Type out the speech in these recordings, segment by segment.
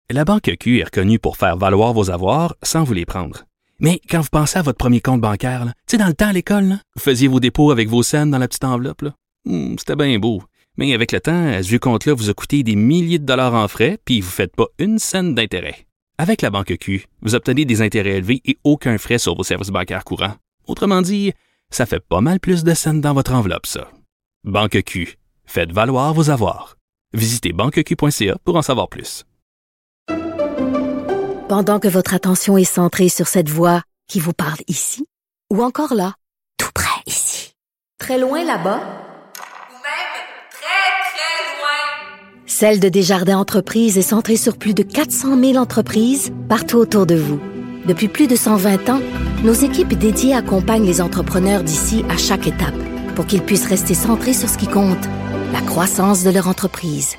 La Banque Q est reconnue pour faire valoir vos avoirs sans vous les prendre. Mais quand vous pensez à votre premier compte bancaire, tu sais, dans le temps à l'école, là, vous faisiez vos dépôts avec vos scènes dans la petite enveloppe. Là. C'était bien beau. Mais avec le temps, ce vieux compte-là vous a coûté des milliers de dollars en frais, puis vous ne faites pas une scène d'intérêt. Avec la Banque Q, vous obtenez des intérêts élevés et aucun frais sur vos services bancaires courants. Autrement dit, ça fait pas mal plus de scènes dans votre enveloppe, ça. Banque Q. Faites valoir vos avoirs. Visitez banqueq.ca pour en savoir plus. Pendant que votre attention est centrée sur cette voix qui vous parle ici, ou encore là, tout près ici, très loin là-bas, ou même très, très loin. Celle de Desjardins Entreprises est centrée sur plus de 400 000 entreprises partout autour de vous. Depuis plus de 120 ans, nos équipes dédiées accompagnent les entrepreneurs d'ici à chaque étape pour qu'ils puissent rester centrés sur ce qui compte, la croissance de leur entreprise.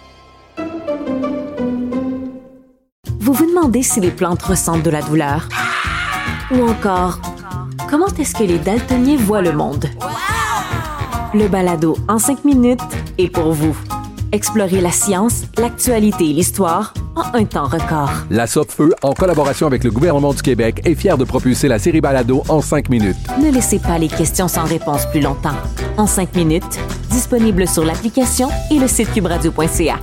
Vous vous demandez si les plantes ressentent de la douleur? Ou encore, comment est-ce que les daltoniens voient le monde? Le balado en 5 minutes est pour vous. Explorez la science, l'actualité et l'histoire en un temps record. La Sopfeu, en collaboration avec le gouvernement du Québec, est fière de propulser la série Balado en 5 minutes. Ne laissez pas les questions sans réponse plus longtemps. En 5 minutes, disponible sur l'application et le site cubradio.ca.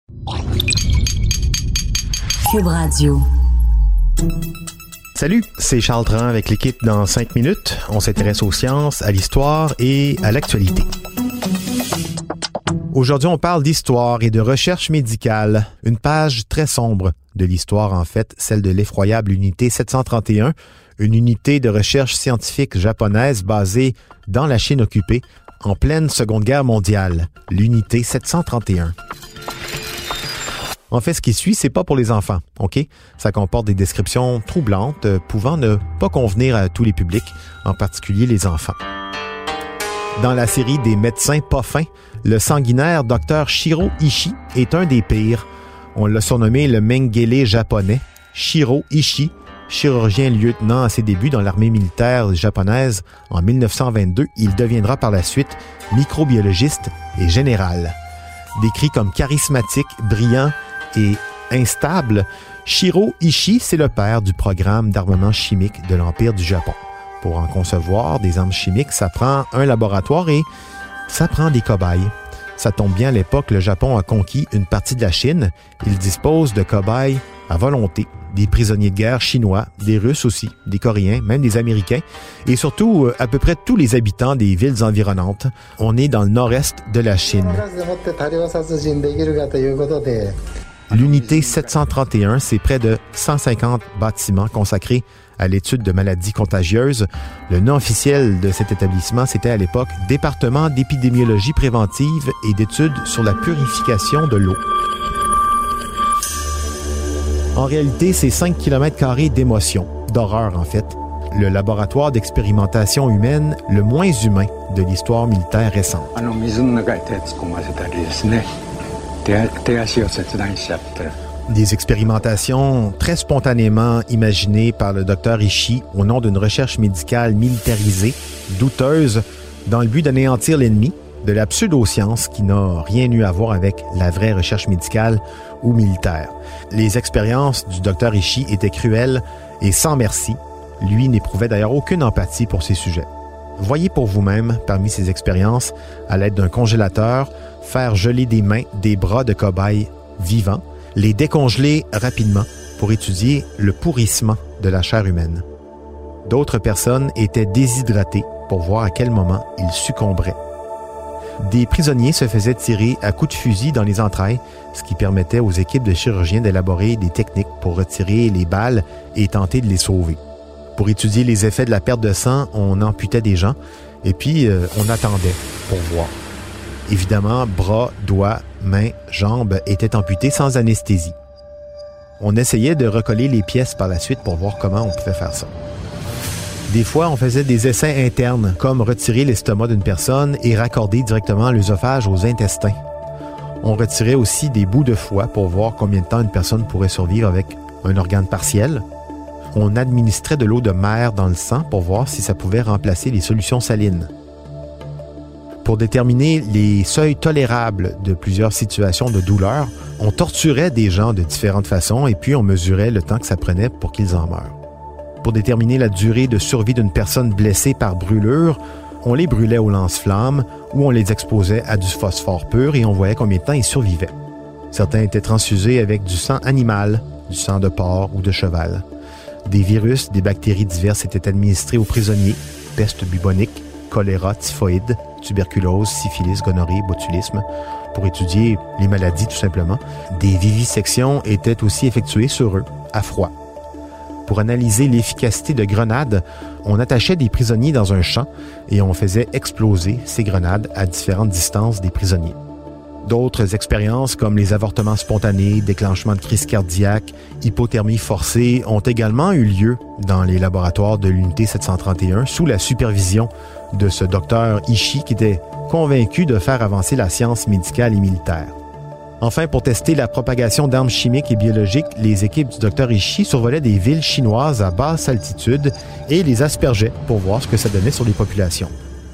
Cube Radio. Salut, c'est Charles Tran avec l'équipe dans 5 minutes. On s'intéresse aux sciences, à l'histoire et à l'actualité. Aujourd'hui, on parle d'histoire et de recherche médicale. Une page très sombre de l'histoire, en fait, celle de l'effroyable unité 731, une unité de recherche scientifique japonaise basée dans la Chine occupée en pleine Seconde Guerre mondiale, l'unité 731. En fait, ce qui suit, c'est pas pour les enfants, OK? Ça comporte des descriptions troublantes, pouvant ne pas convenir à tous les publics, en particulier les enfants. Dans la série des médecins pas fins, le sanguinaire Dr Shiro Ishii est un des pires. On l'a surnommé le Mengele japonais. Shiro Ishii, chirurgien lieutenant à ses débuts dans l'armée militaire japonaise en 1922, il deviendra par la suite microbiologiste et général. Décrit comme charismatique, brillant et instable, Shiro Ishii, c'est le père du programme d'armement chimique de l'Empire du Japon. Pour en concevoir des armes chimiques, ça prend un laboratoire et ça prend des cobayes. Ça tombe bien, à l'époque, le Japon a conquis une partie de la Chine. Il dispose de cobayes à volonté, des prisonniers de guerre chinois, des Russes aussi, des Coréens, même des Américains, et surtout à peu près tous les habitants des villes environnantes. On est dans le nord-est de la Chine. L'unité 731, c'est près de 150 bâtiments consacrés à l'étude de maladies contagieuses. Le nom officiel de cet établissement, c'était à l'époque Département d'épidémiologie préventive et d'études sur la purification de l'eau. En réalité, c'est 5 km² d'émotion, d'horreur en fait. Le laboratoire d'expérimentation humaine le moins humain de l'histoire militaire récente. Des expérimentations très spontanément imaginées par le Dr Ishii au nom d'une recherche médicale militarisée, douteuse, dans le but d'anéantir l'ennemi, de la pseudo-science qui n'a rien eu à voir avec la vraie recherche médicale ou militaire. Les expériences du Dr Ishii étaient cruelles et sans merci. Lui n'éprouvait d'ailleurs aucune empathie pour ces sujets. Voyez pour vous-même, parmi ces expériences, à l'aide d'un congélateur, faire geler des mains, des bras de cobayes vivants, les décongeler rapidement pour étudier le pourrissement de la chair humaine. D'autres personnes étaient déshydratées pour voir à quel moment ils succomberaient. Des prisonniers se faisaient tirer à coups de fusil dans les entrailles, ce qui permettait aux équipes de chirurgiens d'élaborer des techniques pour retirer les balles et tenter de les sauver. Pour étudier les effets de la perte de sang, on amputait des gens et puis on attendait pour voir. Évidemment, bras, doigts, mains, jambes étaient amputés sans anesthésie. On essayait de recoller les pièces par la suite pour voir comment on pouvait faire ça. Des fois, on faisait des essais internes, comme retirer l'estomac d'une personne et raccorder directement l'œsophage aux intestins. On retirait aussi des bouts de foie pour voir combien de temps une personne pourrait survivre avec un organe partiel. On administrait de l'eau de mer dans le sang pour voir si ça pouvait remplacer les solutions salines. Pour déterminer les seuils tolérables de plusieurs situations de douleur, on torturait des gens de différentes façons et puis on mesurait le temps que ça prenait pour qu'ils en meurent. Pour déterminer la durée de survie d'une personne blessée par brûlure, on les brûlait au lance-flammes ou on les exposait à du phosphore pur et on voyait combien de temps ils survivaient. Certains étaient transfusés avec du sang animal, du sang de porc ou de cheval. Des virus, des bactéries diverses étaient administrés aux prisonniers, peste bubonique, choléra, typhoïde, tuberculose, syphilis, gonorrhée, botulisme, pour étudier les maladies tout simplement. Des vivisections étaient aussi effectuées sur eux, à froid. Pour analyser l'efficacité de grenades, on attachait des prisonniers dans un champ et on faisait exploser ces grenades à différentes distances des prisonniers. D'autres expériences comme les avortements spontanés, déclenchement de crise cardiaque, hypothermie forcée ont également eu lieu dans les laboratoires de l'unité 731 sous la supervision de ce docteur Ishii qui était convaincu de faire avancer la science médicale et militaire. Enfin, pour tester la propagation d'armes chimiques et biologiques, les équipes du Dr Ishii survolaient des villes chinoises à basse altitude et les aspergeaient pour voir ce que ça donnait sur les populations.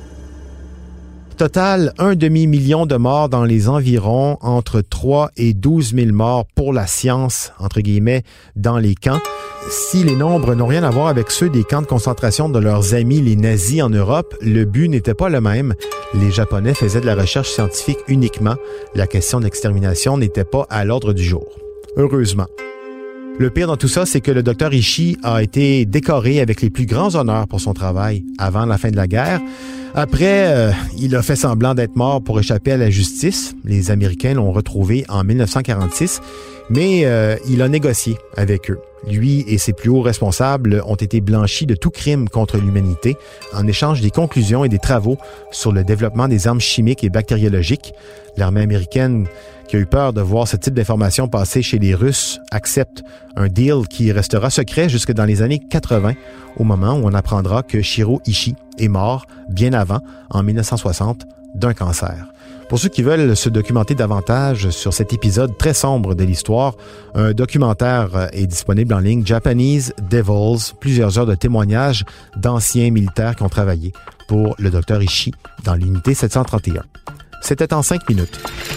Total, 1 demi-million de morts dans les environs, entre 3 et 12 000 morts pour la science, entre guillemets, dans les camps. Si les nombres n'ont rien à voir avec ceux des camps de concentration de leurs amis les nazis en Europe, le but n'était pas le même. Les Japonais faisaient de la recherche scientifique uniquement. La question d'extermination n'était pas à l'ordre du jour. Heureusement. Le pire dans tout ça, c'est que le docteur Ishii a été décoré avec les plus grands honneurs pour son travail avant la fin de la guerre. Après, il a fait semblant d'être mort pour échapper à la justice. Les Américains l'ont retrouvé en 1946, mais il a négocié avec eux. Lui et ses plus hauts responsables ont été blanchis de tout crime contre l'humanité en échange des conclusions et des travaux sur le développement des armes chimiques et bactériologiques. L'armée américaine, qui a eu peur de voir ce type d'informations passer chez les Russes, accepte un deal qui restera secret jusque dans les années 80, au moment où on apprendra que Shiro Ishii est mort bien avant, en 1960, d'un cancer. Pour ceux qui veulent se documenter davantage sur cet épisode très sombre de l'histoire, un documentaire est disponible en ligne, Japanese Devils, plusieurs heures de témoignages d'anciens militaires qui ont travaillé pour le Dr Ishii dans l'unité 731. C'était en 5 minutes.